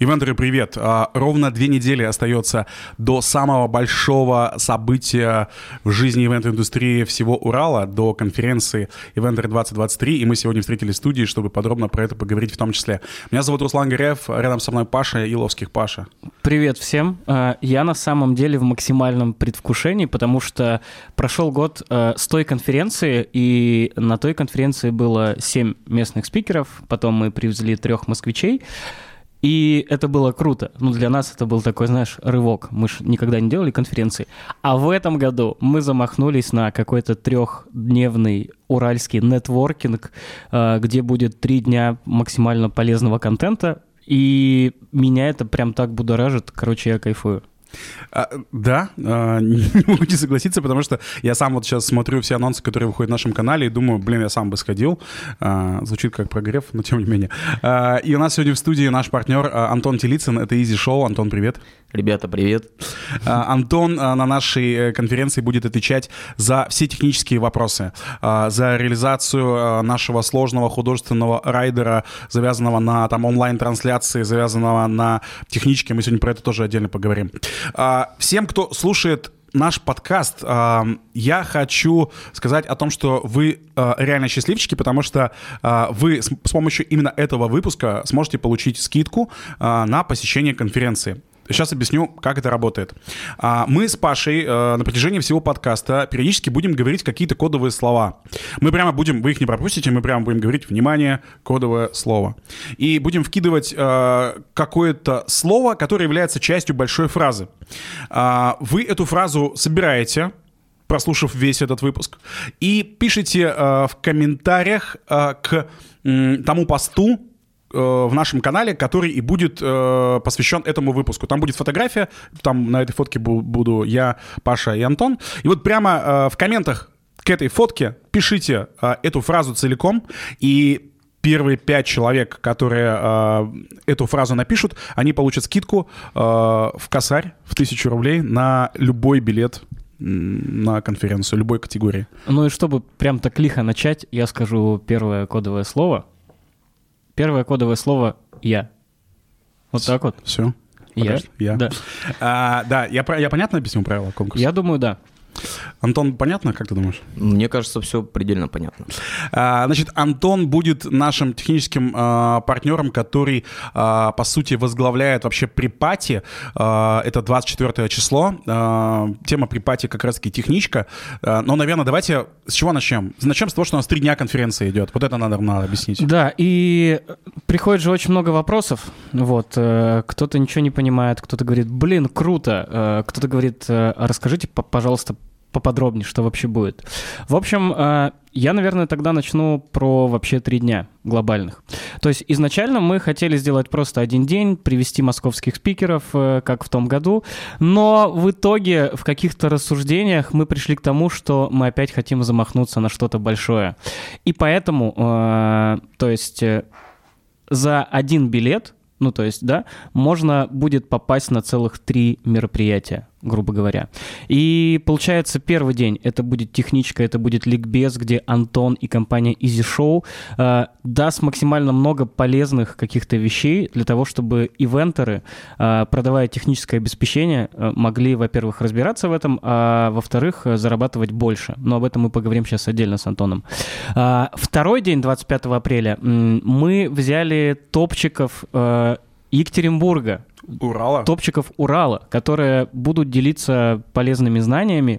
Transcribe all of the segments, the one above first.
Ивентеры, привет! Ровно 2 недели остается до самого большого события в жизни ивент-индустрии всего Урала, до конференции Ивентеры 2023, и мы сегодня встретились в студии, чтобы подробно про это поговорить в том числе. Меня зовут Руслан Гареев, рядом со мной Паша Иловских. Паша. Привет всем! Я на самом деле в максимальном предвкушении, потому что прошел год с той конференции, и на той конференции было 7 местных спикеров, потом мы привезли 3 москвичей, и это было круто. Ну, для нас это был такой, знаешь, рывок. Мы же никогда не делали конференции. А в этом году мы замахнулись на какой-то 3-дневный уральский нетворкинг, где будет 3 дня максимально полезного контента. И меня это прям так будоражит. Короче, я кайфую. Да, не могу не согласиться, потому что я сам вот сейчас смотрю все анонсы, которые выходят на нашем канале, и думаю, я сам бы сходил. Звучит как прогрев, но тем не менее. И у нас сегодня в студии наш партнер Антон Телицын, это Easy Show. Антон, привет. Ребята, привет. Антон на нашей конференции будет отвечать за все технические вопросы, за реализацию нашего сложного художественного райдера, завязанного на онлайн-трансляции, завязанного на техничке. Мы сегодня про это тоже отдельно поговорим. Всем, кто слушает наш подкаст, я хочу сказать о том, что вы реально счастливчики, потому что вы с помощью именно этого выпуска сможете получить скидку на посещение конференции. Сейчас объясню, как это работает. Мы с Пашей на протяжении всего подкаста периодически будем говорить какие-то кодовые слова. Вы их не пропустите, мы прямо будем говорить, внимание, кодовое слово. И будем вкидывать какое-то слово, которое является частью большой фразы. Вы эту фразу собираете, прослушав весь этот выпуск, и пишите в комментариях к тому посту в нашем канале, который и будет посвящен этому выпуску. Там будет фотография, там на этой фотке буду я, Паша и Антон. И вот прямо в комментах к этой фотке пишите эту фразу целиком, и первые 5 человек, которые эту фразу напишут, они получат скидку в косарь в 1000 рублей на любой билет на конференцию, любой категории. Ну и чтобы прям так лихо начать, я скажу первое кодовое слово. Первое кодовое слово «я». Вот так вот. Все. Я? Да. Да, я понятно объяснил правила конкурса? Я думаю, да. Антон, понятно, как ты думаешь? Мне кажется, все предельно понятно. Значит, Антон будет нашим техническим партнером, который, по сути, возглавляет вообще припати. Это 24 число. Тема припати как раз-таки техничка. Но, наверное, давайте с чего начнем? Начнем с того, что у нас 3 дня конференции идет. Вот это надо объяснить. Да, и приходит же очень много вопросов. Вот. Кто-то ничего не понимает, кто-то говорит, круто. Кто-то говорит, расскажите, пожалуйста, поподробнее, что вообще будет. В общем, я, наверное, тогда начну про вообще 3 дня глобальных. То есть изначально мы хотели сделать просто 1 день, привести московских спикеров, как в том году, но в итоге в каких-то рассуждениях мы пришли к тому, что мы опять хотим замахнуться на что-то большое. И поэтому, то есть за 1 билет, можно будет попасть на целых 3 мероприятия, грубо говоря. И получается, первый день это будет техничка, это будет ликбез, где Антон и компания Easy Show даст максимально много полезных каких-то вещей для того, чтобы ивентеры, продавая техническое обеспечение, могли, во-первых, разбираться в этом, а во-вторых, зарабатывать больше. Но об этом мы поговорим сейчас отдельно с Антоном. Второй день, 25 апреля, мы взяли топчиков Екатеринбурга, топчиков Урала, которые будут делиться полезными знаниями.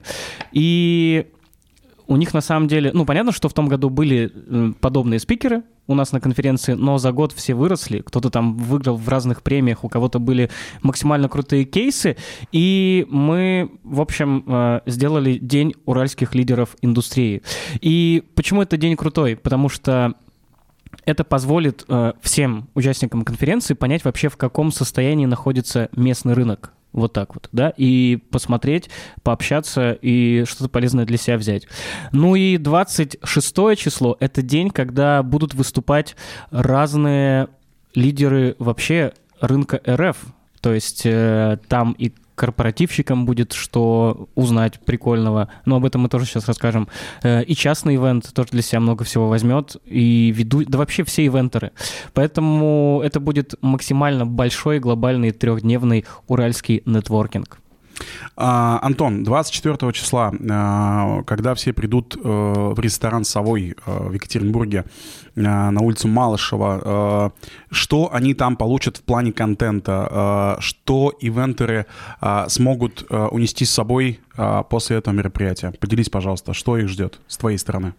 И у них на самом деле... понятно, что в том году были подобные спикеры у нас на конференции, но за год все выросли. Кто-то там выиграл в разных премиях, у кого-то были максимально крутые кейсы. И мы, в общем, сделали День уральских лидеров индустрии. И почему это день крутой? Потому что это позволит всем участникам конференции понять вообще, в каком состоянии находится местный рынок. Вот так вот, да, и посмотреть, пообщаться и что-то полезное для себя взять. Ну и 26 число – это день, когда будут выступать разные лидеры вообще рынка РФ. То есть там и корпоративщикам будет что узнать прикольного, но об этом мы тоже сейчас расскажем. И частный ивент тоже для себя много всего возьмет, и да вообще все ивентеры. Поэтому это будет максимально большой, глобальный, 3-дневный уральский нетворкинг. Антон, 24 числа, когда все придут в ресторан «Совой» в Екатеринбурге на улицу Малышева, что они там получат в плане контента? Что ивентеры смогут унести с собой после этого мероприятия? Поделись, пожалуйста, что их ждет с твоей стороны?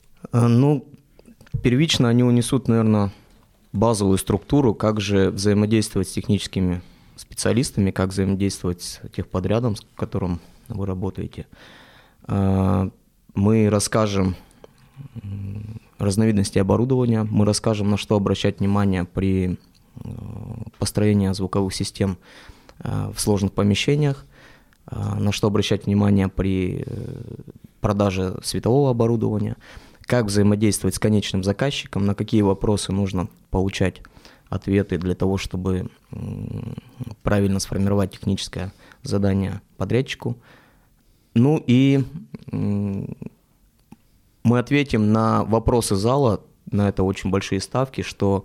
Первично они унесут, наверное, базовую структуру, как же взаимодействовать с техническими специалистами, как взаимодействовать с техподрядом, с которым вы работаете. Мы расскажем разновидности оборудования, мы расскажем, на что обращать внимание при построении звуковых систем в сложных помещениях, на что обращать внимание при продаже светового оборудования, как взаимодействовать с конечным заказчиком, на какие вопросы нужно получать ответы для того, чтобы правильно сформировать техническое задание подрядчику. И мы ответим на вопросы зала, на это очень большие ставки, что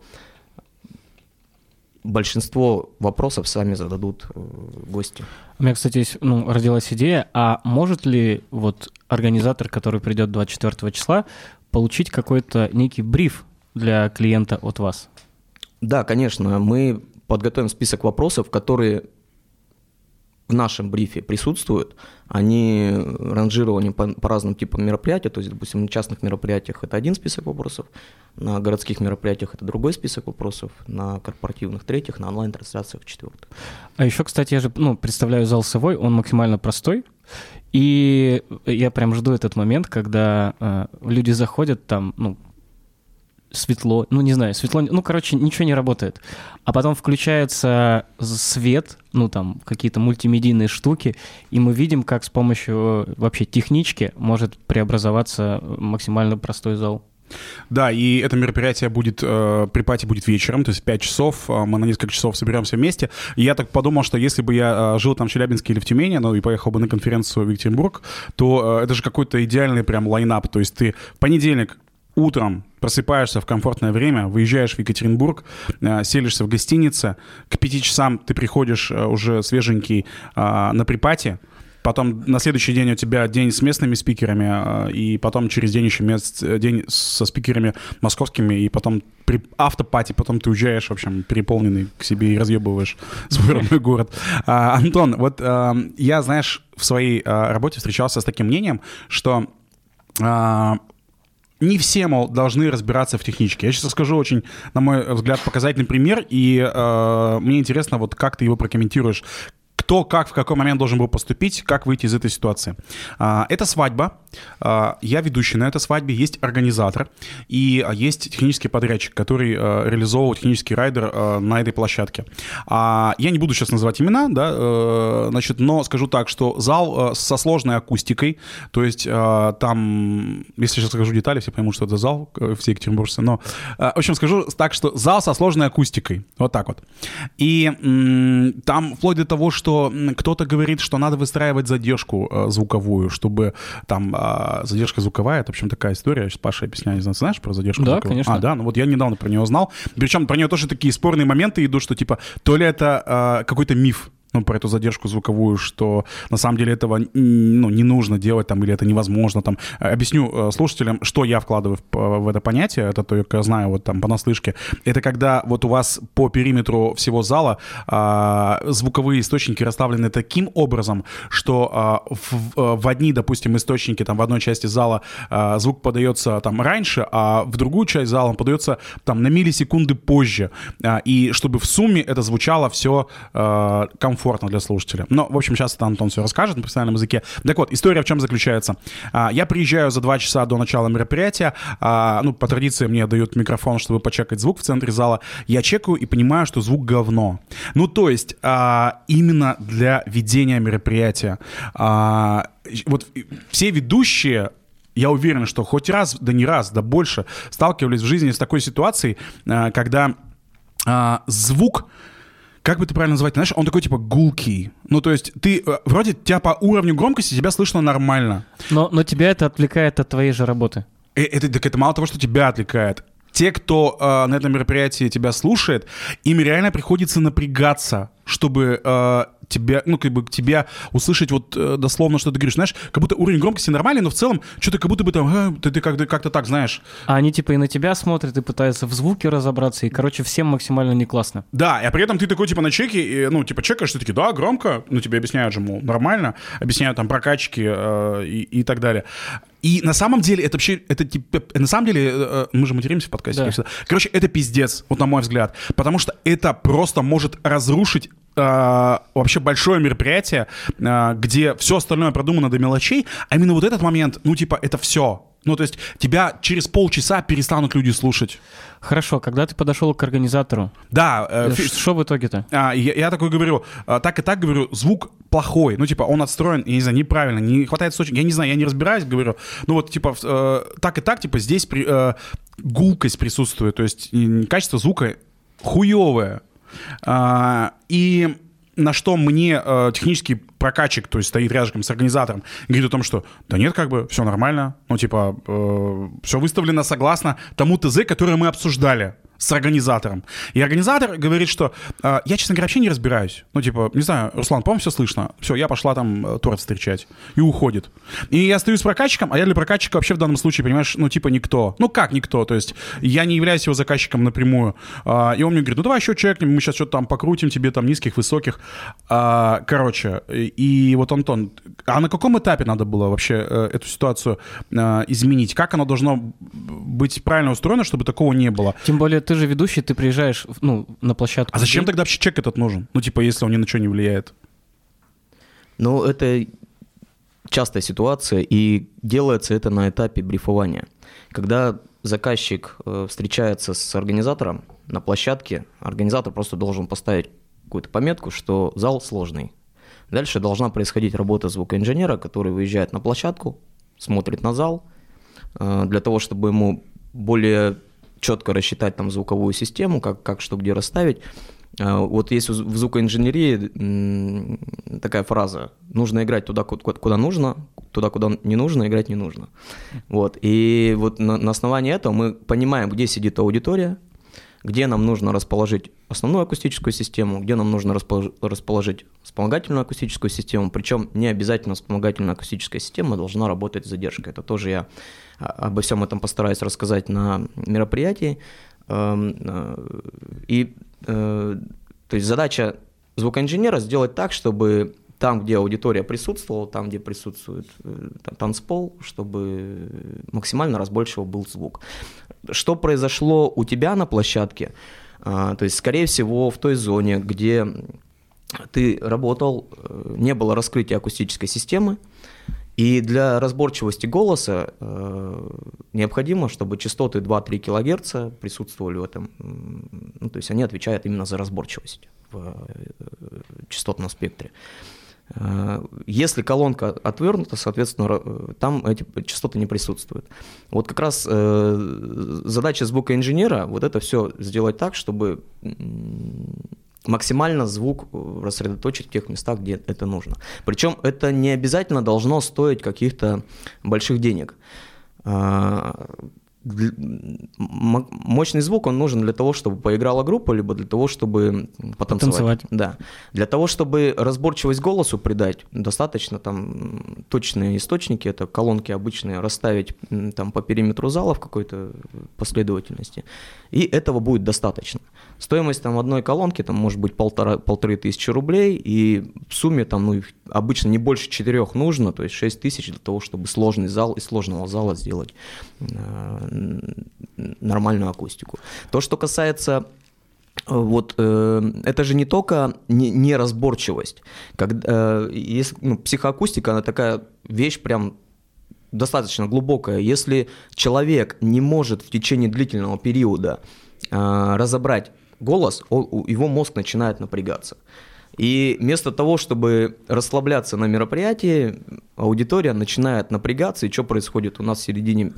большинство вопросов сами зададут гости. У меня, кстати, есть, родилась идея, а может ли организатор, который придет 24 числа, получить какой-то некий бриф для клиента от вас? Да, конечно, мы подготовим список вопросов, которые в нашем брифе присутствуют. Они ранжированы по разным типам мероприятий, то есть, допустим, на частных мероприятиях это один список вопросов, на городских мероприятиях это другой список вопросов, на корпоративных третьих, на онлайн-трансляциях четвертый. А еще, кстати, я же представляю зал «Совой», он максимально простой, и я прям жду этот момент, когда люди заходят там, светло, светло, ничего не работает. А потом включается свет, какие-то мультимедийные штуки, и мы видим, как с помощью вообще технички может преобразоваться максимально простой зал. Да, и это мероприятие будет, припати будет вечером, то есть в 5 часов, мы на несколько часов соберемся вместе. И я так подумал, что если бы я жил там в Челябинске или в Тюмени, и поехал бы на конференцию в Екатеринбург, то это же какой-то идеальный прям лайнап, то есть ты в понедельник утром просыпаешься в комфортное время, выезжаешь в Екатеринбург, селишься в гостинице, к 5 часам ты приходишь уже свеженький на припати, потом на следующий день у тебя день с местными спикерами, и потом через день еще день со спикерами московскими, и потом при автопати, потом ты уезжаешь, в общем, переполненный к себе и разъебываешь свой родной город. Антон, я, знаешь, в своей работе встречался с таким мнением, что не все, должны разбираться в техничке. Я сейчас расскажу очень, на мой взгляд, показательный пример, и мне интересно, как ты его прокомментируешь. Кто, как, в какой момент должен был поступить, как выйти из этой ситуации. Это свадьба. Я ведущий на этой свадьбе, есть организатор и есть технический подрядчик, который реализовывал технический райдер на этой площадке. Я не буду сейчас называть имена, да, но скажу так, что зал со сложной акустикой, то есть там, если сейчас скажу детали, все поймут, что это зал, все екатеринбуржцы, но, в общем, скажу так, что зал со сложной акустикой, вот так вот. И там вплоть до того, что кто-то говорит, что надо выстраивать задержку звуковую, чтобы там задержка звуковая, это, в общем, такая история. Сейчас Паша объясняю, не знаю, знаешь про задержку звуковую? Да, конечно. Да, я недавно про нее узнал. Причем про нее тоже такие спорные моменты идут, что типа то ли это какой-то миф, про эту задержку звуковую, что на самом деле этого не нужно делать там, или это невозможно. Там. Объясню слушателям, что я вкладываю в это понятие, это только я знаю вот там понаслышке. Это когда вот у вас по периметру всего зала звуковые источники расставлены таким образом, что в одни, допустим, источники там в одной части зала звук подается там раньше, а в другую часть зала он подается там на миллисекунды позже. И чтобы в сумме это звучало все комфортно для слушателя. Но, в общем, сейчас это Антон все расскажет на профессиональном языке. Так вот, история в чем заключается. Я приезжаю за 2 часа до начала мероприятия. По традиции мне дают микрофон, чтобы почекать звук в центре зала. Я чекаю и понимаю, что звук говно. То есть, именно для ведения мероприятия. Вот все ведущие, я уверен, что хоть раз, да не раз, да больше, сталкивались в жизни с такой ситуацией, когда звук как бы ты правильно назвать, знаешь, он такой типа гулкий. Ну, то есть ты, вроде тебя по уровню громкости тебя слышно нормально. Но тебя это отвлекает от твоей же работы. Это мало того, что тебя отвлекает. Те, кто на этом мероприятии тебя слушает, им реально приходится напрягаться, чтобы тебя услышать вот дословно, что ты говоришь. Знаешь, как будто уровень громкости нормальный, но в целом что-то как будто бы там, ты как-то так знаешь. А они типа и на тебя смотрят, и пытаются в звуке разобраться, и, короче, всем максимально не классно. Да, а при этом ты такой типа на чеке, чекаешь, что такие, да, громко, тебе объясняют же, мол, нормально, объясняют там прокачки и так далее. И на самом деле это вообще, на самом деле, мы же материмся в подкасте. Да. Короче, это пиздец, вот на мой взгляд, потому что это просто может разрушить вообще большое мероприятие, где все остальное продумано до мелочей, а именно вот этот момент, это все. То есть тебя через полчаса перестанут люди слушать. Хорошо, когда ты подошел к организатору, да, что в итоге-то? Я такой говорю, так и так говорю, звук плохой, он отстроен, я не знаю, неправильно, не хватает сочек, я не знаю, я не разбираюсь, говорю, так и так, здесь гулкость присутствует, то есть качество звука хуевое. И на что мне технический прокатчик, то есть стоит рядышком с организатором, говорит о том, что да нет, все нормально, все выставлено согласно тому ТЗ, которое мы обсуждали с организатором. И организатор говорит, что я, честно говоря, вообще не разбираюсь. Не знаю, Руслан, по-моему, все слышно. Все, я пошла там торт встречать. И уходит. И я остаюсь с прокатчиком, а я для прокатчика вообще в данном случае, понимаешь, никто. Как никто? То есть я не являюсь его заказчиком напрямую. И он мне говорит, давай еще чекнем, мы сейчас что-то там покрутим тебе, там низких, высоких. Короче, и вот, Антон, а на каком этапе надо было вообще эту ситуацию изменить? Как оно должно быть правильно устроено, чтобы такого не было? Тем более ты же ведущий, ты приезжаешь на площадку. А зачем тогда вообще чек этот нужен? Если он ни на что не влияет. Это частая ситуация, и делается это на этапе брифования. Когда заказчик встречается с организатором на площадке, организатор просто должен поставить какую-то пометку, что зал сложный. Дальше должна происходить работа звукоинженера, который выезжает на площадку, смотрит на зал, для того, чтобы ему более четко рассчитать там звуковую систему, как что где расставить. Вот есть в звукоинженерии такая фраза: нужно играть туда, куда нужно, туда, куда не нужно, играть не нужно. Вот. И вот на основании этого мы понимаем, где сидит аудитория, где нам нужно расположить основную акустическую систему, где нам нужно расположить вспомогательную акустическую систему, причем не обязательно вспомогательная акустическая система должна работать с задержкой. Это тоже я обо всем этом постараюсь рассказать на мероприятии. И то есть задача звукоинженера сделать так, чтобы там, где аудитория присутствовала, там, где присутствует танцпол, чтобы максимально разборчиво был звук. Что произошло у тебя на площадке? То есть, скорее всего, в той зоне, где ты работал, не было раскрытия акустической системы, и для разборчивости голоса необходимо, чтобы частоты 2-3 кГц присутствовали в этом. То есть они отвечают именно за разборчивость в частотном спектре. Если колонка отвернута, соответственно, там эти частоты не присутствуют. Вот как раз задача звукоинженера вот это все сделать так, чтобы максимально звук рассредоточить в тех местах, где это нужно. Причем это не обязательно должно стоить каких-то больших денег. Мощный звук, он нужен для того, чтобы поиграла группа, либо для того, чтобы потанцевать. Да. Для того, чтобы разборчивость голосу придать, достаточно там точные источники, это колонки обычные, расставить там по периметру зала в какой-то последовательности, и этого будет достаточно. Стоимость там одной колонки там может быть 1500 рублей, и в сумме там обычно не больше 4 нужно, то есть 6000 для того, чтобы сложный зал из сложного зала сделать нормальную акустику. То, что касается это же не только неразборчивость. Психоакустика, она такая вещь прям достаточно глубокая. Если человек не может в течение длительного периода разобрать голос, его мозг начинает напрягаться. И вместо того, чтобы расслабляться на мероприятии, аудитория начинает напрягаться. И что происходит у нас в середине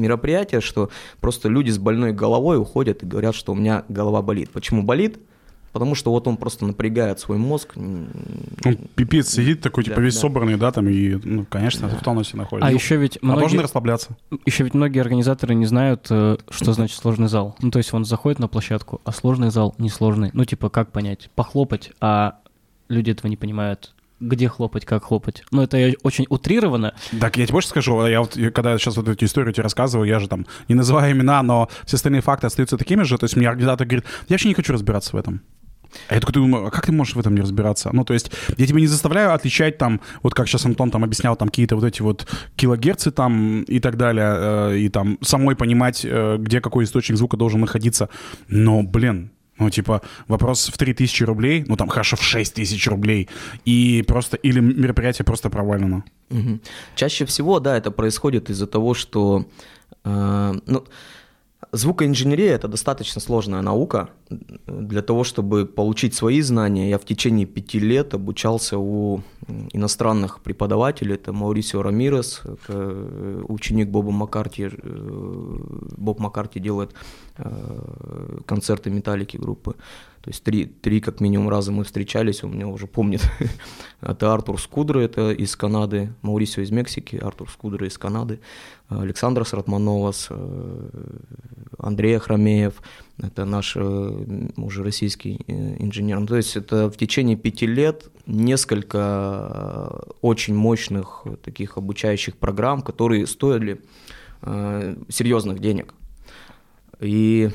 мероприятия, что просто люди с больной головой уходят и говорят, что у меня голова болит. Почему болит? потому что вот он просто напрягает свой мозг. Он пипец сидит такой, типа, весь собранный, да, там, и, ну, конечно, в тонусе находится. А еще ведь должны расслабляться. Еще ведь многие организаторы не знают, что значит сложный зал. Ну, то есть он заходит на площадку, а сложный зал несложный. Ну, типа, как понять? Похлопать, а люди этого не понимают. Где хлопать, как хлопать. Ну, это очень утрированно. Так, я тебе больше скажу, когда сейчас вот эту историю тебе рассказываю, я же там не называю имена, но все остальные факты остаются такими же. То есть мне организатор говорит, я вообще не хочу разбираться в этом. А я такой думаю, а как ты можешь в этом не разбираться? Ну, то есть я тебя не заставляю отличать там, вот как сейчас Антон там объяснял, там какие-то вот эти вот килогерцы там и так далее, и там самой понимать, где какой источник звука должен находиться. Но, блин, ну, типа, вопрос в 3000 рублей, ну, там, хорошо, в 6000 рублей, и просто, или мероприятие просто провалено. Угу. Чаще всего, да, это происходит из-за того, что, звукоинженерия – это достаточно сложная наука. Для того, чтобы получить свои знания, я в течение 5 лет обучался у иностранных преподавателей. Это Маурисио Рамирес, это ученик Боба Маккарти. Боб Маккарти делает концерты Металлики группы. То есть три как минимум раза мы встречались, он меня уже помнит. Это Артур Скудро, это из Канады, Маурисио из Мексики, Артур Скудро из Канады, Александрос Ратмановас, Андрей Хромеев, это наш уже российский инженер. Ну, то есть это в течение 5 лет несколько очень мощных таких обучающих программ, которые стоили серьезных денег. И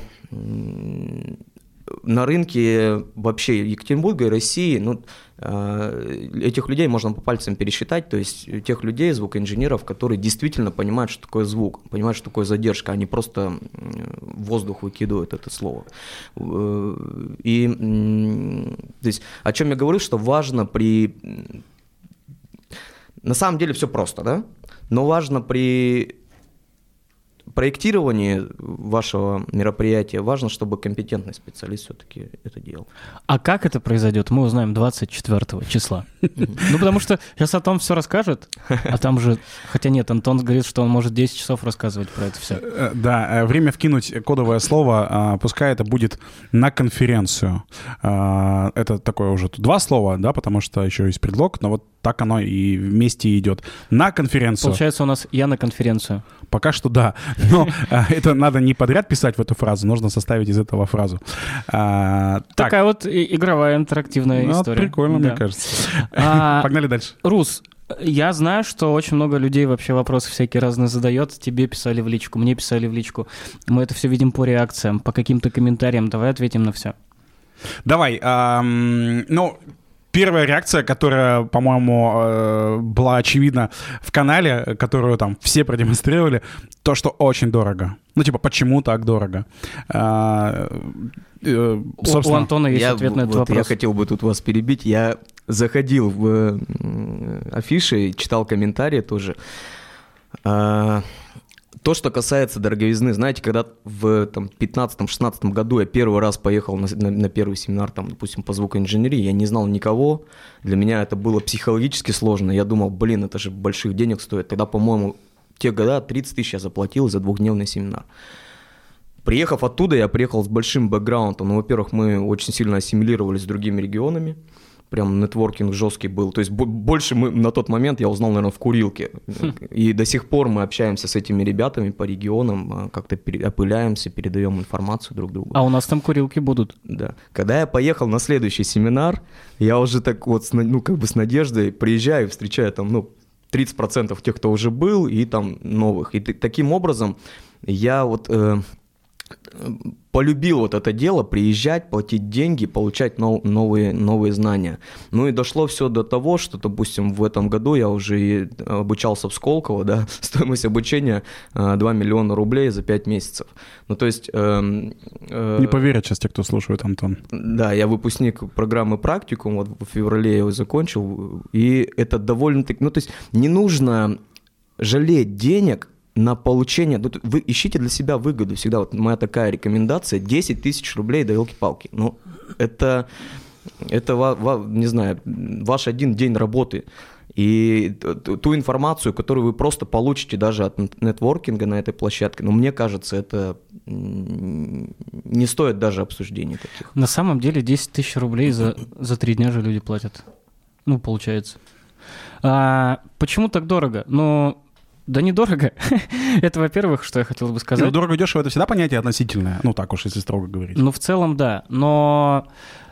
на рынке вообще Екатеринбурга и России, этих людей можно по пальцам пересчитать, то есть тех людей, звукоинженеров, которые действительно понимают, что такое звук, понимают, что такое задержка, они просто в воздух выкидывают это слово. И то есть, о чем я говорю, что важно на самом деле все просто, да? Но важно при проектировании вашего мероприятия важно, чтобы компетентный специалист все-таки это делал. А как это произойдет, мы узнаем 24 числа. Ну, потому что сейчас Антон все расскажет, а там же... Хотя нет, Антон говорит, что он может 10 часов рассказывать про это все. Да, время вкинуть кодовое слово, пускай это будет на конференцию. Это такое уже 2 слова, да, потому что еще есть предлог, но вот так оно и вместе идет. На конференцию. Получается, у нас «я на конференцию». Пока что да, но это надо не подряд писать в эту фразу, нужно составить из этого фразу. Такая вот игровая интерактивная история. Прикольно, мне кажется. Погнали дальше. Рус, я знаю, что очень много людей вообще вопросы всякие разные задает. Тебе писали в личку, мне писали в личку. Мы это все видим по реакциям, по каким-то комментариям. Давай ответим на все. Давай. Первая реакция, которая, по-моему, была очевидна в канале, которую там все продемонстрировали, то, что очень дорого. Ну, типа, почему так дорого? У Антона есть ответ на этот вопрос. Я хотел бы тут вас перебить. Я заходил в афиши, читал комментарии тоже. То, что касается дороговизны, знаете, когда в 15-16 году я первый раз поехал на первый семинар, там, допустим, по звукоинженерии, я не знал никого, для меня это было психологически сложно, я думал, это же больших денег стоит. Тогда, по-моему, в те года 30 тысяч я заплатил за 2-дневный семинар. Приехав оттуда, я приехал с большим бэкграундом. Ну, во-первых, мы очень сильно ассимилировались с другими регионами. Прям нетворкинг жесткий был. То есть больше мы на тот момент я узнал, наверное, в курилке. И до сих пор мы общаемся с этими ребятами по регионам, как-то опыляемся, передаем информацию друг другу. А у нас там курилки будут. Да. Когда я поехал на следующий семинар, я уже так вот, с надеждой приезжаю и встречаю там, 30% тех, кто уже был, и там новых. И таким образом я полюбил вот это дело, приезжать, платить деньги, получать новые знания. Ну и дошло все до того, что, допустим, в этом году я уже обучался в Сколково, да, стоимость обучения 2 миллиона рублей за 5 месяцев. Ну то есть... Не поверят сейчас те, кто слушает, Антон. Да, я выпускник программы «Практикум», вот в феврале я его закончил, и это довольно-таки... то есть не нужно жалеть денег на получение, вы ищите для себя выгоду всегда, вот моя такая рекомендация, 10 тысяч рублей, да елки-палки, это не знаю, ваш один день работы, И ту информацию, которую вы просто получите даже от нетворкинга на этой площадке, ну, мне кажется, это не стоит даже обсуждений таких. На самом деле 10 тысяч рублей за 3 дня же люди платят. Ну, получается. Почему так дорого? Ну, да недорого. Это, во-первых, что я хотел бы сказать. Ну, дорого и дешево — это всегда понятие относительное. Ну, так уж, если строго говорить. Ну, в целом, да. Но,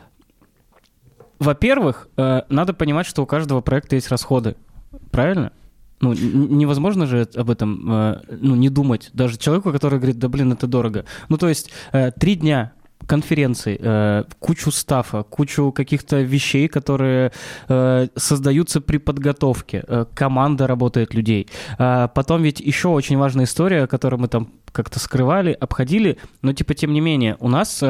во-первых, надо понимать, что у каждого проекта есть расходы. Правильно? Ну, невозможно же об этом не думать. Даже человеку, который говорит, да блин, это дорого. Ну, то есть 3 дня конференций, кучу стаффа, кучу каких-то вещей, которые создаются при подготовке. Команда работает людей. Потом ведь еще очень важная история, которую мы там как-то скрывали, обходили, но типа тем не менее у нас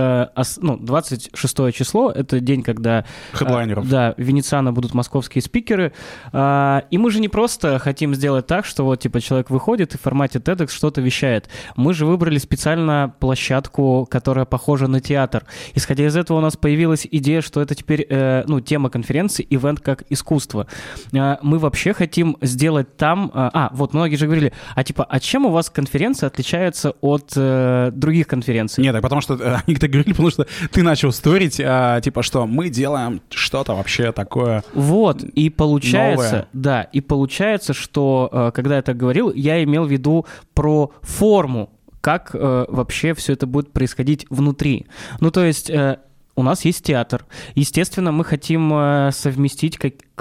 26 число — это день, когда хедлайнеров. Да, в Венециано будут московские спикеры, и мы же не просто хотим сделать так, что вот типа человек выходит и в формате TEDx что-то вещает. Мы же выбрали специально площадку, которая похожа на театр. Исходя из этого у нас появилась идея, что это теперь тема конференции ивент как искусство. Мы вообще хотим сделать там... вот многие же говорили, а чем у вас конференция отличается от других конференций? Нет, потому что они так говорили, потому что ты начал сторить, типа, что мы делаем что-то вообще такое. Вот, и получается, новое. Да, и получается, что когда я так говорил, я имел в виду про форму, как вообще все это будет происходить внутри. Ну, то есть... У нас есть театр. Естественно, мы хотим совместить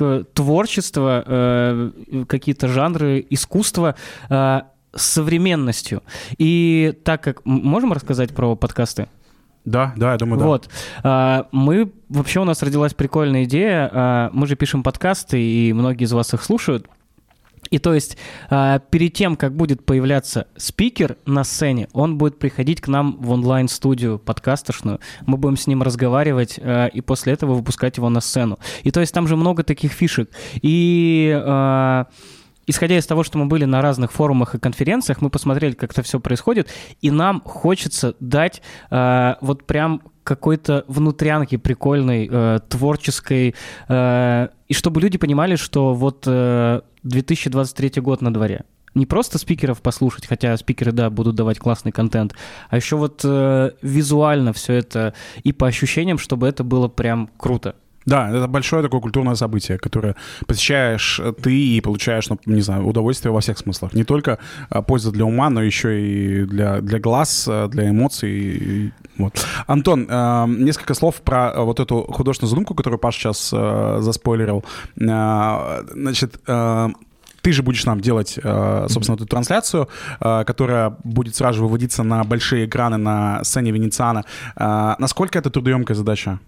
творчество, какие-то жанры искусства с современностью. И так как... Можем рассказать про подкасты? Да, я думаю, да. Вот. Вообще у нас родилась прикольная идея. Мы же пишем подкасты, и многие из вас их слушают. И то есть перед тем, как будет появляться спикер на сцене, он будет приходить к нам в онлайн-студию подкастошную, мы будем с ним разговаривать и после этого выпускать его на сцену. И то есть там же много таких фишек. И исходя из того, что мы были на разных форумах и конференциях, мы посмотрели, как это все происходит, и нам хочется дать вот прям какой-то внутрянки прикольной, творческой, и чтобы люди понимали, что вот 2023 год на дворе. Не просто спикеров послушать, хотя спикеры, да, будут давать классный контент, а еще вот визуально все это и по ощущениям, чтобы это было прям круто. Да, это большое такое культурное событие, которое посещаешь ты и получаешь, не знаю, удовольствие во всех смыслах. Не только польза для ума, но еще и для глаз, для эмоций. Вот. Антон, несколько слов про вот эту художественную задумку, которую Паш сейчас заспойлерил. Значит, ты же будешь нам делать, собственно, эту трансляцию, которая будет сразу же выводиться на большие экраны на сцене Венециано. Насколько это трудоемкая задача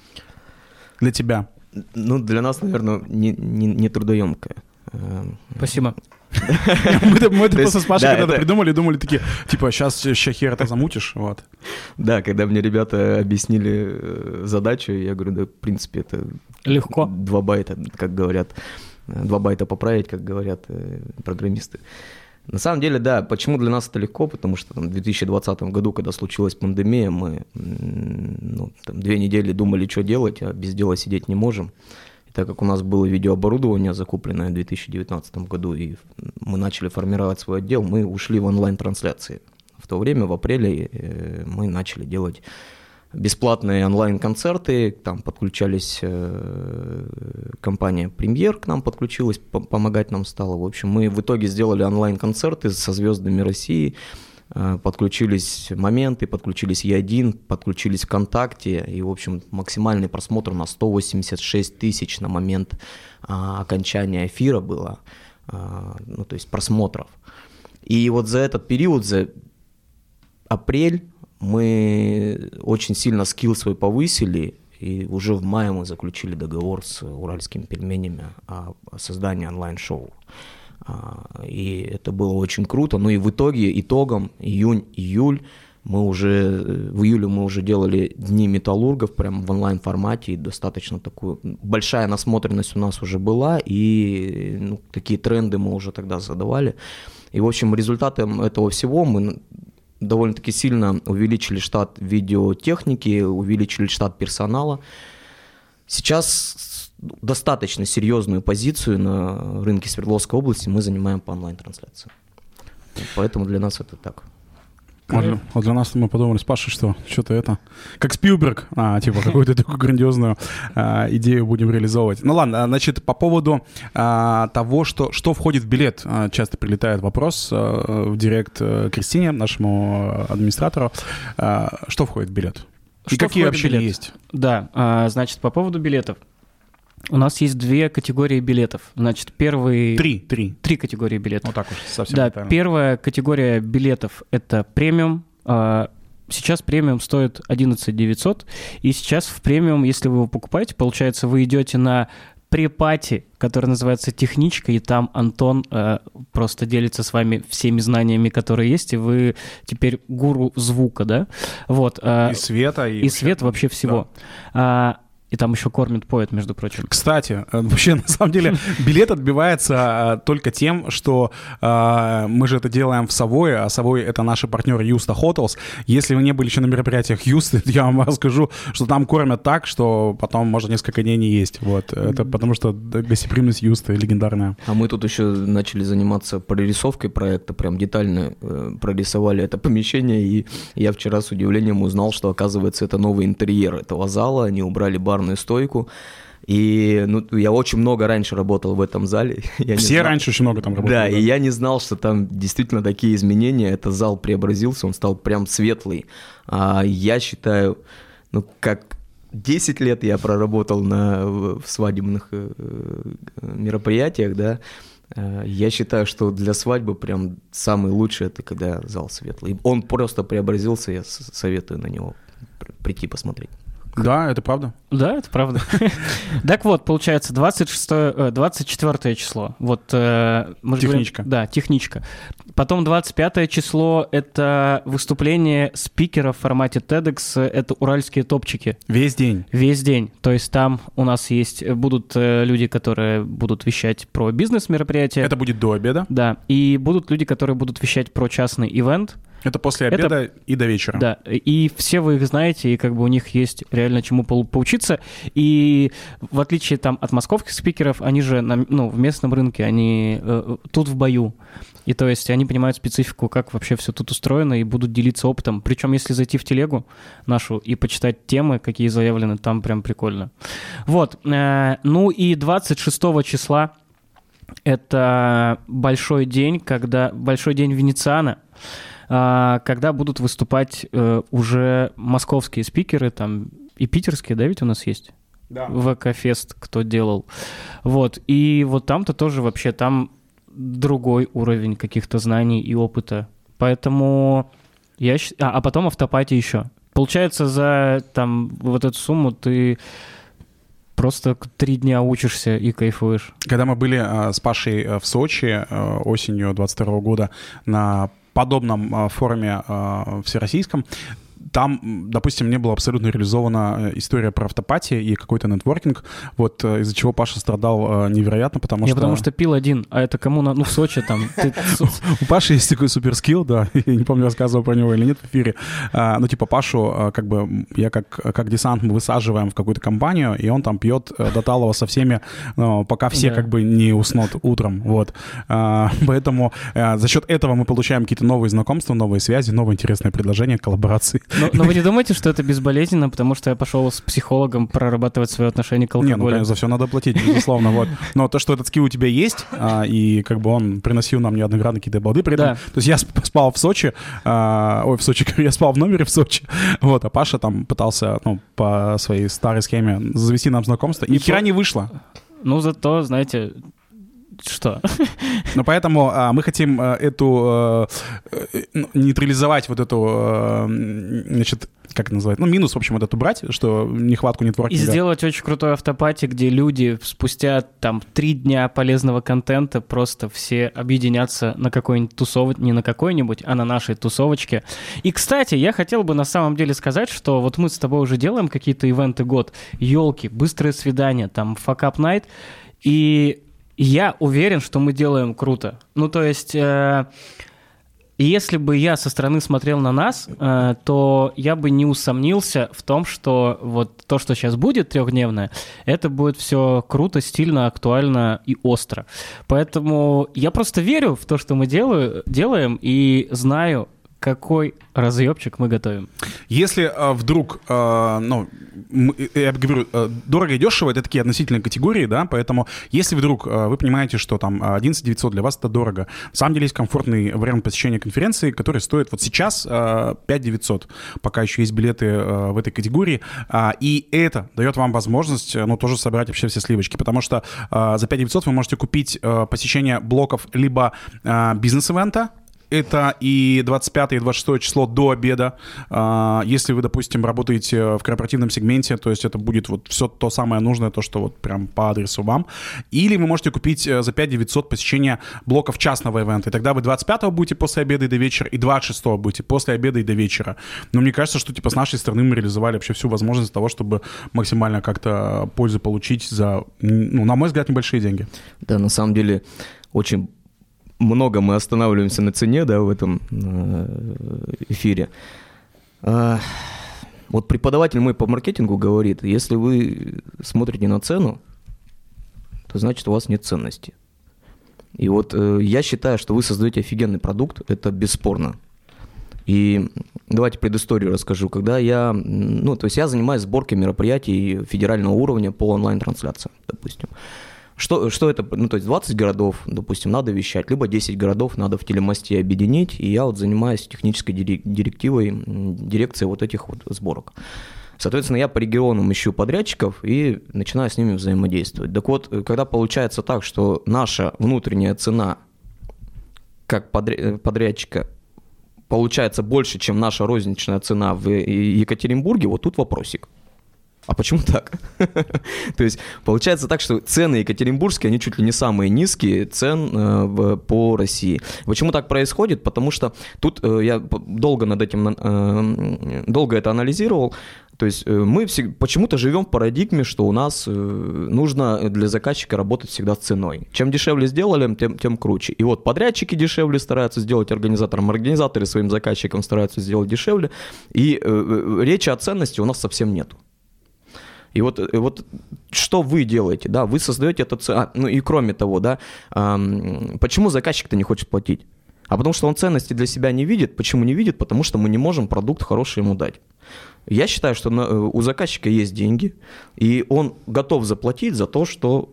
для тебя? Ну, для нас, наверное, не трудоемкая. Спасибо. Мы это просто с Пашей когда-то придумали, думали такие, типа, сейчас хер это замутишь, вот. Да, когда мне ребята объяснили задачу, я говорю, да, в принципе, это... Легко. 2 байта, как говорят. 2 байта поправить, как говорят программисты. На самом деле, да, почему для нас это легко, потому что в 2020 году, когда случилась пандемия, мы 2 недели думали, что делать, а без дела сидеть не можем. И так как у нас было видеооборудование, закупленное в 2019 году, и мы начали формировать свой отдел, мы ушли в онлайн-трансляции. В то время, в апреле, мы начали делать бесплатные онлайн-концерты, там подключались, компания «Премьер» к нам подключилась, помогать нам стала. В общем, мы в итоге сделали онлайн-концерты со звездами России, подключились «Моменты», подключились «Я1», подключились ВКонтакте, и, в общем, максимальный просмотр на 186 тысяч на момент окончания эфира было, то есть просмотров. И вот за этот период, за апрель, мы очень сильно скилл свой повысили, и уже в мае мы заключили договор с уральскими пельменями о создании онлайн-шоу. И это было очень круто. Ну и в итоге, итогом, июнь-июль, в июле мы уже делали Дни металлургов прямо в онлайн-формате, и достаточно такую большая насмотренность у нас уже была, и такие тренды мы уже тогда задавали. И, в общем, результатом этого всего мы довольно-таки сильно увеличили штат видеотехники, увеличили штат персонала. Сейчас достаточно серьезную позицию на рынке Свердловской области мы занимаем по онлайн-трансляции. Поэтому для нас это так. Вот для нас мы подумали с Пашей, что что-то это... Как Спилберг, типа какую-то такую грандиозную идею будем реализовывать. Ну ладно, значит, по поводу того, что входит в билет. Часто прилетает вопрос в директ Кристине, нашему администратору. Что входит в билет? И Что какие вообще билет? есть? Да, значит, по поводу билетов. У нас есть 2 категории билетов. Значит, первый... Три категории билетов. Вот так уж, совсем Да, детально. первая категория билетов – это премиум. Сейчас премиум стоит 11 900. И сейчас в премиум, если вы его покупаете, получается, вы идете на препати, который называется «Техничка», и там Антон просто делится с вами всеми знаниями, которые есть, и вы теперь гуру звука, да? Вот. И света, и свет вообще всего. Да. И там еще кормит, поет, между прочим. Кстати, вообще, на самом деле, билет отбивается только тем, что мы же это делаем в Савое, а Савой — это наши партнеры Юста Hotels. Если вы не были еще на мероприятиях Юсты, я вам расскажу, что там кормят так, что потом можно несколько дней не есть. Вот. Это потому что гостеприимность Юсты легендарная. А мы тут еще начали заниматься прорисовкой проекта, прям детально прорисовали это помещение, и я вчера с удивлением узнал, что, оказывается, это новый интерьер этого зала, они убрали барную стойку. И я очень много раньше работал в этом зале. Все раньше очень много там работали. Да, и я не знал, что там действительно такие изменения. Этот зал преобразился, он стал прям светлый. Я считаю, как 10 лет я проработал в свадебных мероприятиях, да. Я считаю, что для свадьбы прям самый лучший — это когда зал светлый. Он просто преобразился, я советую на него прийти посмотреть. Да, это правда. Да, это правда. Так вот, получается, 24 число. Вот, техничка. Да, техничка. Потом 25 число — это выступление спикера в формате TEDx, это уральские топчики. Весь день. Весь день. То есть там у нас будут люди, которые будут вещать про бизнес-мероприятия. Это будет до обеда. Да, и будут люди, которые будут вещать про частный ивент. Это после обеда и до вечера. Да, и все вы их знаете, и как бы у них есть реально чему поучиться. И в отличие там от московских спикеров, они же в местном рынке, они тут в бою. И то есть они понимают специфику, как вообще все тут устроено, и будут делиться опытом. Причем если зайти в телегу нашу и почитать темы, какие заявлены, там прям прикольно. Вот. Ну и 26 числа это большой день Венециана, когда будут выступать уже московские спикеры, там и питерские, да, ведь у нас есть? Да. ВК-фест, кто делал. Вот, и вот там-то тоже вообще, там другой уровень каких-то знаний и опыта. Поэтому а потом автопати еще. Получается, за там вот эту сумму ты просто 3 дня учишься и кайфуешь. Когда мы были с Пашей в Сочи осенью 22 года на подобном форуме всероссийском, там, допустим, не была абсолютно реализована история про автопати и какой-то нетворкинг, вот из-за чего Паша страдал невероятно, потому что пил один, а это кому в Сочи там? У Паши есть такой суперскилл, да, я не помню, рассказывал про него или нет в эфире, Пашу, как бы, я как десант мы высаживаем в какую-то компанию, и он там пьет до талого со всеми, пока все как бы не уснут утром, вот. Поэтому за счет этого мы получаем какие-то новые знакомства, новые связи, новые интересные предложения, коллаборации. Но вы не думаете, что это безболезненно, потому что я пошел с психологом прорабатывать свое отношение к алкоголю? Конечно, за все надо платить, безусловно, вот. Но то, что этот скилл у тебя есть, и как бы он приносил нам неоднократно какие-то балды, при этом, то есть я спал в Сочи, я спал в номере в Сочи, вот, а Паша там пытался, по своей старой схеме завести нам знакомство, и ни хера не вышло. Зато, знаете... Что? Поэтому мы хотим нейтрализовать вот эту, значит, как это называется, минус, в общем, вот эту брать, что нехватку нетворкинга. И сделать очень крутой автопати, где люди спустя 3 дня полезного контента просто все объединятся на какой-нибудь тусовочке, не на какой-нибудь, а на нашей тусовочке. И, кстати, я хотел бы на самом деле сказать, что вот мы с тобой уже делаем какие-то ивенты год, елки, быстрые свидания, там, Fuck Up Night, и я уверен, что мы делаем круто. То есть И если бы я со стороны смотрел на нас, то я бы не усомнился в том, что вот то, что сейчас будет трехдневное, это будет все круто, стильно, актуально и остро. Поэтому я просто верю в то, что мы делаем, и знаю, какой разъебчик мы готовим. Если вдруг, я говорю, дорого и дешево — это такие относительные категории, да, поэтому если вдруг вы понимаете, что там 11 900 для вас это дорого, на самом деле есть комфортный вариант посещения конференции, который стоит вот сейчас 5 900, пока еще есть билеты в этой категории, и это дает вам возможность, тоже собрать вообще все сливочки, потому что за 5 900 вы можете купить посещение блоков либо бизнес-ивента, это и 25 и 26 число до обеда. Если вы, допустим, работаете в корпоративном сегменте, то есть это будет вот все то самое нужное, то, что вот прям по адресу вам. Или вы можете купить за 5 900 посещение блоков частного ивента. И тогда вы 25-го будете после обеда и до вечера, и 26-го будете после обеда и до вечера. Но мне кажется, что с нашей стороны мы реализовали вообще всю возможность того, чтобы максимально как-то пользу получить за, на мой взгляд, небольшие деньги. Да, на самом деле очень много мы останавливаемся на цене, да, в этом эфире. Вот преподаватель мой по маркетингу говорит, если вы смотрите на цену, то значит у вас нет ценности. И вот я считаю, что вы создаете офигенный продукт, это бесспорно. И давайте предысторию расскажу. Когда я занимаюсь сборкой мероприятий федерального уровня по онлайн-трансляциям, допустим. Что это? 20 городов, допустим, надо вещать, либо 10 городов надо в телемосте объединить, и я вот занимаюсь технической дирекцией вот этих вот сборок. Соответственно, я по регионам ищу подрядчиков и начинаю с ними взаимодействовать. Так вот, когда получается так, что наша внутренняя цена как подрядчика получается больше, чем наша розничная цена в Екатеринбурге, вот тут вопросик. А почему так? То есть получается так, что цены екатеринбургские, они чуть ли не самые низкие цен по России. Почему так происходит? Потому что тут я долго это анализировал. То есть мы почему-то живем в парадигме, что у нас нужно для заказчика работать всегда с ценой. Чем дешевле сделали, тем круче. И вот подрядчики дешевле стараются сделать организаторам, организаторы своим заказчикам стараются сделать дешевле. И речи о ценности у нас совсем нету. И вот что вы делаете, да, вы создаете эту цену, и кроме того, да, почему заказчик-то не хочет платить? А потому что он ценности для себя не видит. Почему не видит? Потому что мы не можем продукт хороший ему дать. Я считаю, что у заказчика есть деньги, и он готов заплатить за то, что...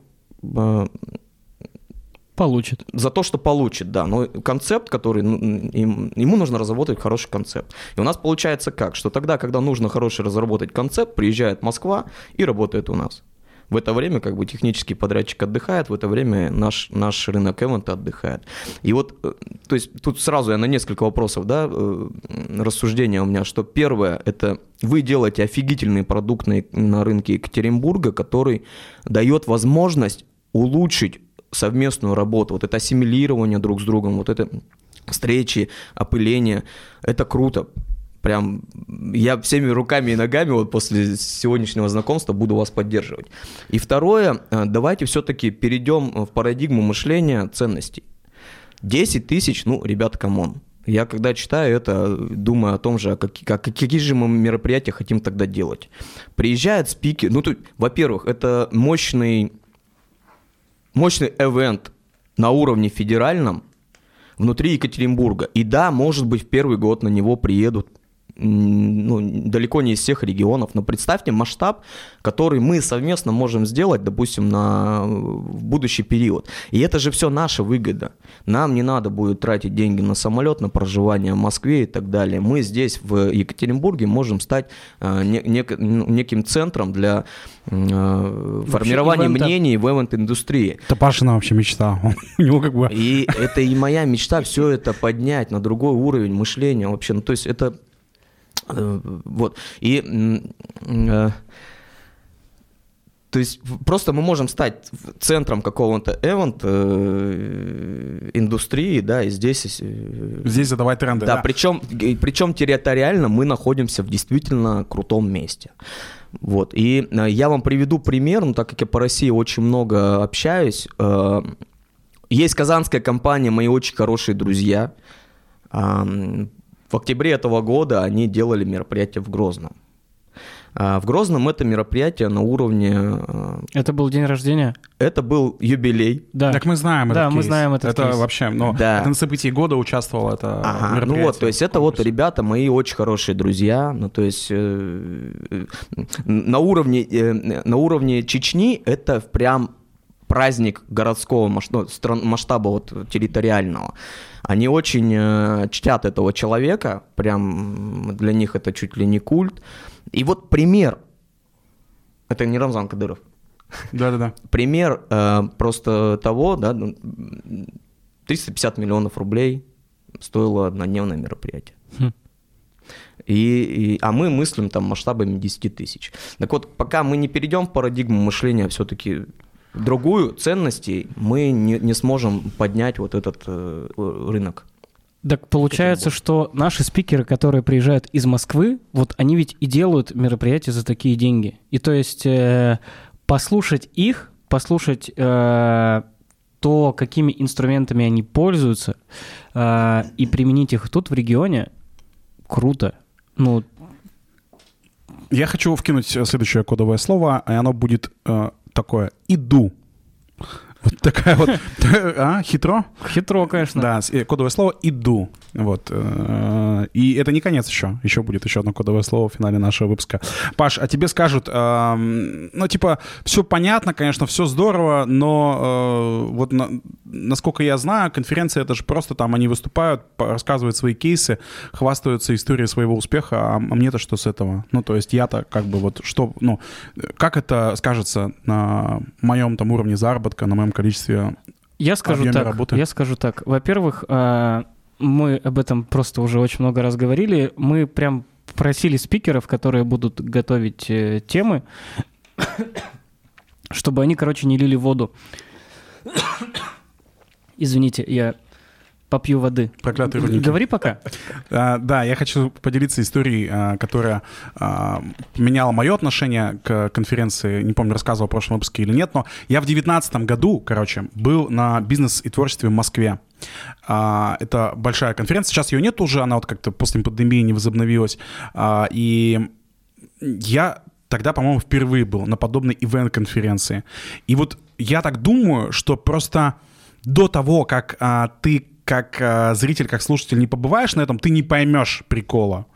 Получит. За то, что получит, да. Но концепт, который... ему нужно разработать хороший концепт. И у нас получается как? Что тогда, когда нужно хороший разработать концепт, приезжает Москва и работает у нас. В это время как бы технический подрядчик отдыхает, в это время наш рынок эвента отдыхает. И вот, то есть тут сразу я на несколько вопросов, да, рассуждения у меня, что первое, это вы делаете офигительный продукт на рынке Екатеринбурга, который дает возможность улучшить совместную работу, вот это ассимилирование друг с другом, вот это встречи, опыление, это круто. Прям я всеми руками и ногами вот после сегодняшнего знакомства буду вас поддерживать. И второе, давайте все-таки перейдем в парадигму мышления ценностей. 10 тысяч, ребят, камон. Я когда читаю это, думаю о том же, какие же мы мероприятия хотим тогда делать. Приезжает спикер, во-первых, это мощный ивент на уровне федеральном внутри Екатеринбурга. И да, может быть, в первый год на него приедут далеко не из всех регионов, но представьте масштаб, который мы совместно можем сделать, допустим, в будущий период. И это же все наша выгода. Нам не надо будет тратить деньги на самолет, на проживание в Москве и так далее. Мы здесь, в Екатеринбурге, можем стать неким центром для формирования мнений в ивент-индустрии. Это Пашина вообще мечта. У него как бы... И это и моя мечта, все это поднять на другой уровень мышления вообще. То есть это... Вот. И то есть просто мы можем стать центром какого-то индустрии, да, и здесь задавать тренды. Да, причем территориально мы находимся в действительно крутом месте. Вот. И я вам приведу пример, так как я по России очень много общаюсь. Есть казанская компания, мои очень хорошие друзья. В октябре этого года они делали мероприятие в Грозном. В Грозном это мероприятие на уровне... Это был день рождения? Это был юбилей. Да. Так мы знаем этот кейс. Мы знаем этот это кейс. Вообще, да. Это на событии года участвовало, это мероприятие. Ну вот, то есть это вот ребята, мои очень хорошие друзья, ну то есть на уровне Чечни это прям праздник городского масштаба вот, территориального. Они очень чтят этого человека, прям для них это чуть ли не культ. И вот пример, это не Рамзан Кадыров. Да-да-да. Пример просто того, да, 350 миллионов рублей стоило однодневное мероприятие. А мы мыслим там масштабами 10 тысяч. Так вот, пока мы не перейдем в парадигму мышления все-таки другую ценностей, мы не сможем поднять вот этот рынок. Так получается, что наши спикеры, которые приезжают из Москвы, вот они ведь и делают мероприятия за такие деньги. И то есть послушать их, послушать то, какими инструментами они пользуются, и применить их тут в регионе, круто. Ну, я хочу вкинуть следующее кодовое слово, и оно будет такое «иду». Вот такая вот... Хитро? Хитро, конечно. Да, кодовое слово «иду». Вот. И это не конец еще. Еще будет еще одно кодовое слово в финале нашего выпуска. Паш, а тебе скажут, ну, типа, все понятно, конечно, все здорово, но вот насколько я знаю, конференция — это же просто там они выступают, рассказывают свои кейсы, хвастаются историей своего успеха, а мне-то что с этого? Ну, то есть я-то как бы вот что... Ну, как это скажется на моем там уровне заработка, на моем количестве работы? Я скажу так. Во-первых, мы об этом просто уже очень много раз говорили. Мы прям просили спикеров, которые будут готовить темы, чтобы они, короче, не лили воду. Извините, я попью воды. Проклятые рудники. Говори пока. Да, я хочу поделиться историей, которая меняла мое отношение к конференции. Не помню, рассказывал в прошлом выпуске или нет, но я в 2019 году, короче, был на бизнес и творчестве в Москве. Это большая конференция. Сейчас ее нет уже, она вот как-то после пандемии не возобновилась. И я тогда, по-моему, впервые был на подобной ивент-конференции. И вот я так думаю, что просто до того, как ты как зритель, как слушатель не побываешь на этом, ты не поймешь прикола.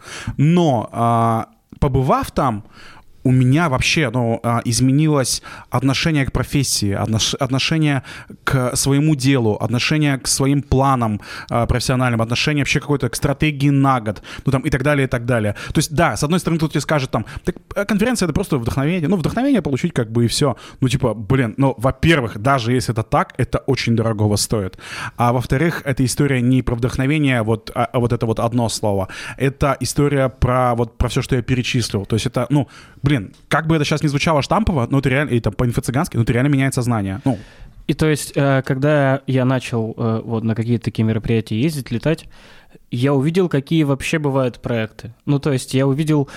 Но побывав там, у меня вообще изменилось отношение к профессии, отношение к своему делу, отношение к своим планам профессиональным, отношение вообще какой-то к стратегии на год, ну там и так далее, и так далее. То есть, да, с одной стороны, тут тебе скажут там, так конференция — это просто вдохновение. Ну, вдохновение получить как бы и все. Ну, типа, блин, ну, во-первых, даже если это так, это очень дорогого стоит. А во-вторых, эта история не про вдохновение, вот это вот одно слово. Это история про все, что я перечислил. То есть это, ну, блин, как бы это сейчас не звучало штампово, но это реально, и там по-инфо-цыгански, но это реально меняет сознание. Ну. И то есть, когда я начал вот на какие-то такие мероприятия ездить, летать, я увидел, какие вообще бывают проекты. Ну, то есть я увидел,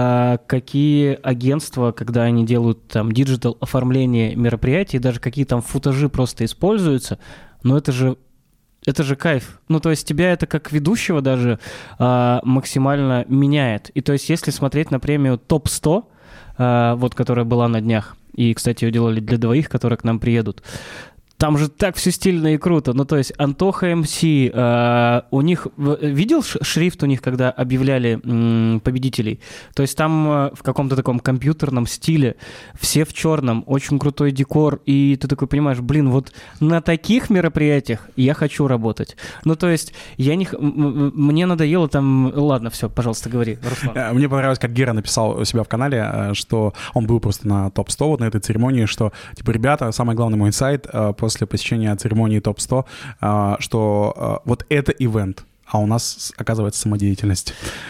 какие агентства, когда они делают там диджитал оформление мероприятий, даже какие там футажи просто используются, но это же кайф. Ну, то есть тебя это как ведущего даже максимально меняет. И то есть если смотреть на премию ТОП-100, вот, которая была на днях, и, кстати, ее делали для двоих, которые к нам приедут, там же так все стильно и круто. Ну, то есть Антоха МС, у них... Видел шрифт у них, когда объявляли победителей? То есть там в каком-то таком компьютерном стиле, все в черном, очень крутой декор, и ты такой понимаешь, блин, вот на таких мероприятиях я хочу работать. Ну, то есть мне надоело там... Ладно, все, пожалуйста, говори, Руслан. Мне понравилось, как Гера написал у себя в канале, что он был просто на топ-100 вот на этой церемонии, что, типа, ребята, самый главный мой инсайт после посещения церемонии ТОП-100, что вот это ивент, а у нас, оказывается, самодеятельность.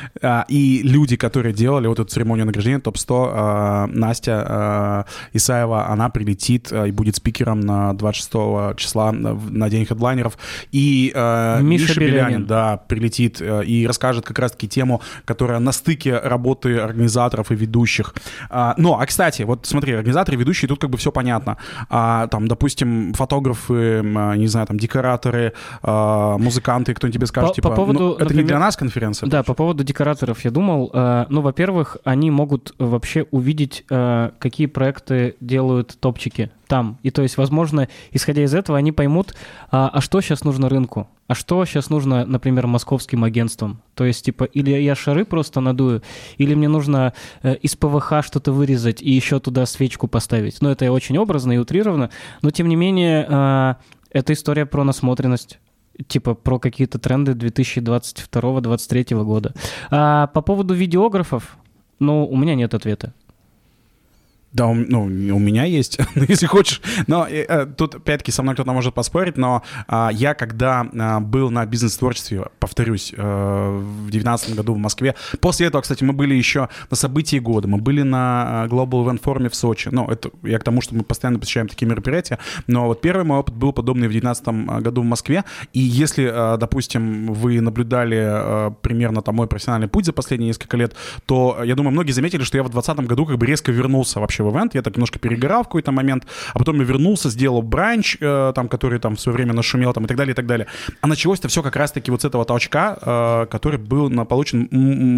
И люди, которые делали вот эту церемонию награждения ТОП-100, Настя Исаева, она прилетит и будет спикером на 26 числа на День хедлайнеров. И Миша Белянин, да, прилетит и расскажет как раз-таки тему, которая на стыке работы организаторов и ведущих. Кстати, вот смотри, организаторы, ведущие, тут как бы все понятно. Там, допустим, фотографы, не знаю, там, декораторы, музыканты, кто-нибудь тебе скажет, типа, типа, по поводу, это например, не для нас конференция? Да, по поводу декораторов я думал. Ну, во-первых, они могут вообще увидеть, какие проекты делают топчики там. И то есть, возможно, исходя из этого, они поймут, а что сейчас нужно рынку, а что сейчас нужно, например, московским агентствам. То есть, типа, или я шары просто надую, или мне нужно из ПВХ что-то вырезать и еще туда свечку поставить. Ну, это очень образно и утрировано, но, тем не менее, это история про насмотренность. Типа про какие-то тренды 2022-2023 года. А по поводу видеографов, ну, у меня нет ответа. Да, у меня есть, если хочешь. Но тут, опять-таки, со мной кто-то может поспорить, но я, когда был на бизнес-творчестве, повторюсь, в 2019 году в Москве, после этого, кстати, мы были еще на событии года, мы были на Global Event Forum в Сочи. Ну, это я к тому, что мы постоянно посещаем такие мероприятия, но вот первый мой опыт был подобный в 2019 году в Москве, и если, допустим, вы наблюдали примерно там мой профессиональный путь за последние несколько лет, то, я думаю, многие заметили, что я в 2020 году как бы резко вернулся вообще в ивент, я так немножко перегорал в какой-то момент, а потом я вернулся, сделал бранч, там, который там в свое время нашумел, там, и так далее, и так далее. А началось-то все как раз-таки вот с этого толчка, который был получен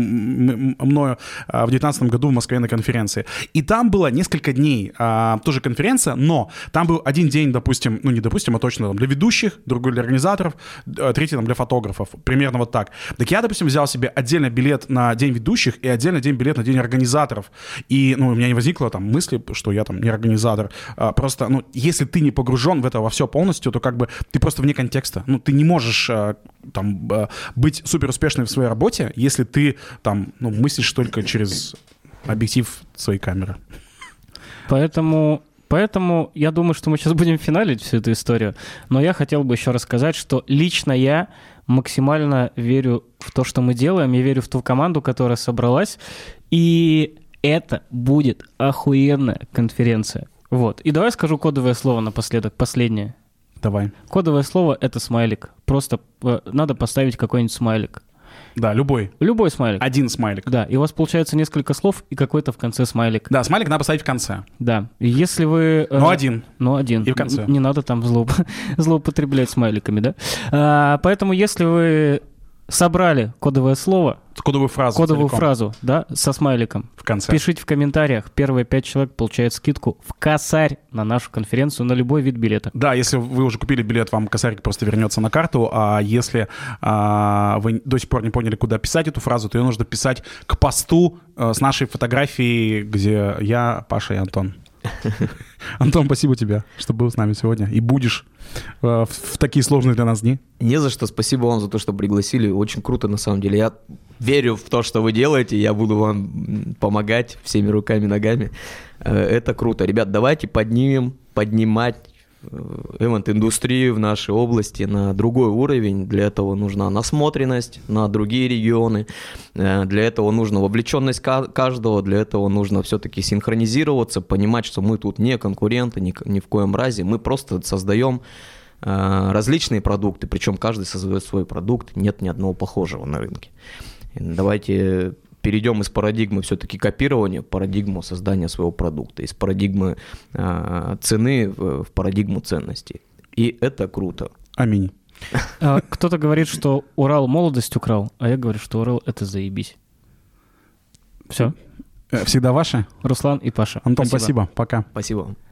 мною в 2019 году в Москве на конференции. И там было несколько дней тоже конференция, но там был один день, допустим, ну не допустим, а точно там, для ведущих, другой для организаторов, третий там для фотографов, примерно вот так. Так я, допустим, взял себе отдельно билет на день ведущих и отдельно билет на день организаторов. И, ну, у меня не возникло там мысли, что я там не организатор. Просто, ну, если ты не погружен в это во все полностью, то как бы ты просто вне контекста. Ну, ты не можешь там быть супер успешным в своей работе, если ты там, ну, мыслишь только через объектив своей камеры. Поэтому я думаю, что мы сейчас будем финалить всю эту историю. Но я хотел бы еще рассказать, что лично я максимально верю в то, что мы делаем. Я верю в ту команду, которая собралась. И это будет охуенная конференция. Вот. И давай скажу кодовое слово напоследок, последнее. Давай. Кодовое слово — это смайлик. Просто надо поставить какой-нибудь смайлик. Да, любой. Любой смайлик. Один смайлик. Да, и у вас получается несколько слов и какой-то в конце смайлик. Да, смайлик надо поставить в конце. Да. И если вы... один. Один. И в конце. Не надо там злоупотреблять смайликами, да? Поэтому если вы собрали кодовое слово... Кодовую фразу. Кодовую фразу, да, со смайликом. В конце. Пишите в комментариях. Первые 5 человек получают скидку в косарь на нашу конференцию на любой вид билета. Да, если вы уже купили билет, вам косарик просто вернется на карту. А если вы до сих пор не поняли, куда писать эту фразу, то ее нужно писать к посту с нашей фотографией, где я, Паша и Антон. Антон, спасибо тебе, что был с нами сегодня. И будешь в такие сложные для нас дни. Не за что. Спасибо вам за то, что пригласили. Очень круто, на самом деле. Я верю в то, что вы делаете. Я буду вам помогать всеми руками, ногами. Это круто. Ребят, давайте поднимать ивент-индустрию в нашей области на другой уровень. Для этого нужна насмотренность на другие регионы. Для этого нужна вовлеченность каждого. Для этого нужно все-таки синхронизироваться, понимать, что мы тут не конкуренты ни в коем разе. Мы просто создаем различные продукты, причем каждый создает свой продукт. Нет ни одного похожего на рынке. Давайте перейдем из парадигмы все-таки копирования в парадигму создания своего продукта, из парадигмы цены в парадигму ценностей. И это круто. Аминь. Кто-то говорит, что Урал молодость украл, а я говорю, что Урал — это заебись. Все. Всегда ваши. Руслан и Паша. Антон, спасибо. Пока. Спасибо.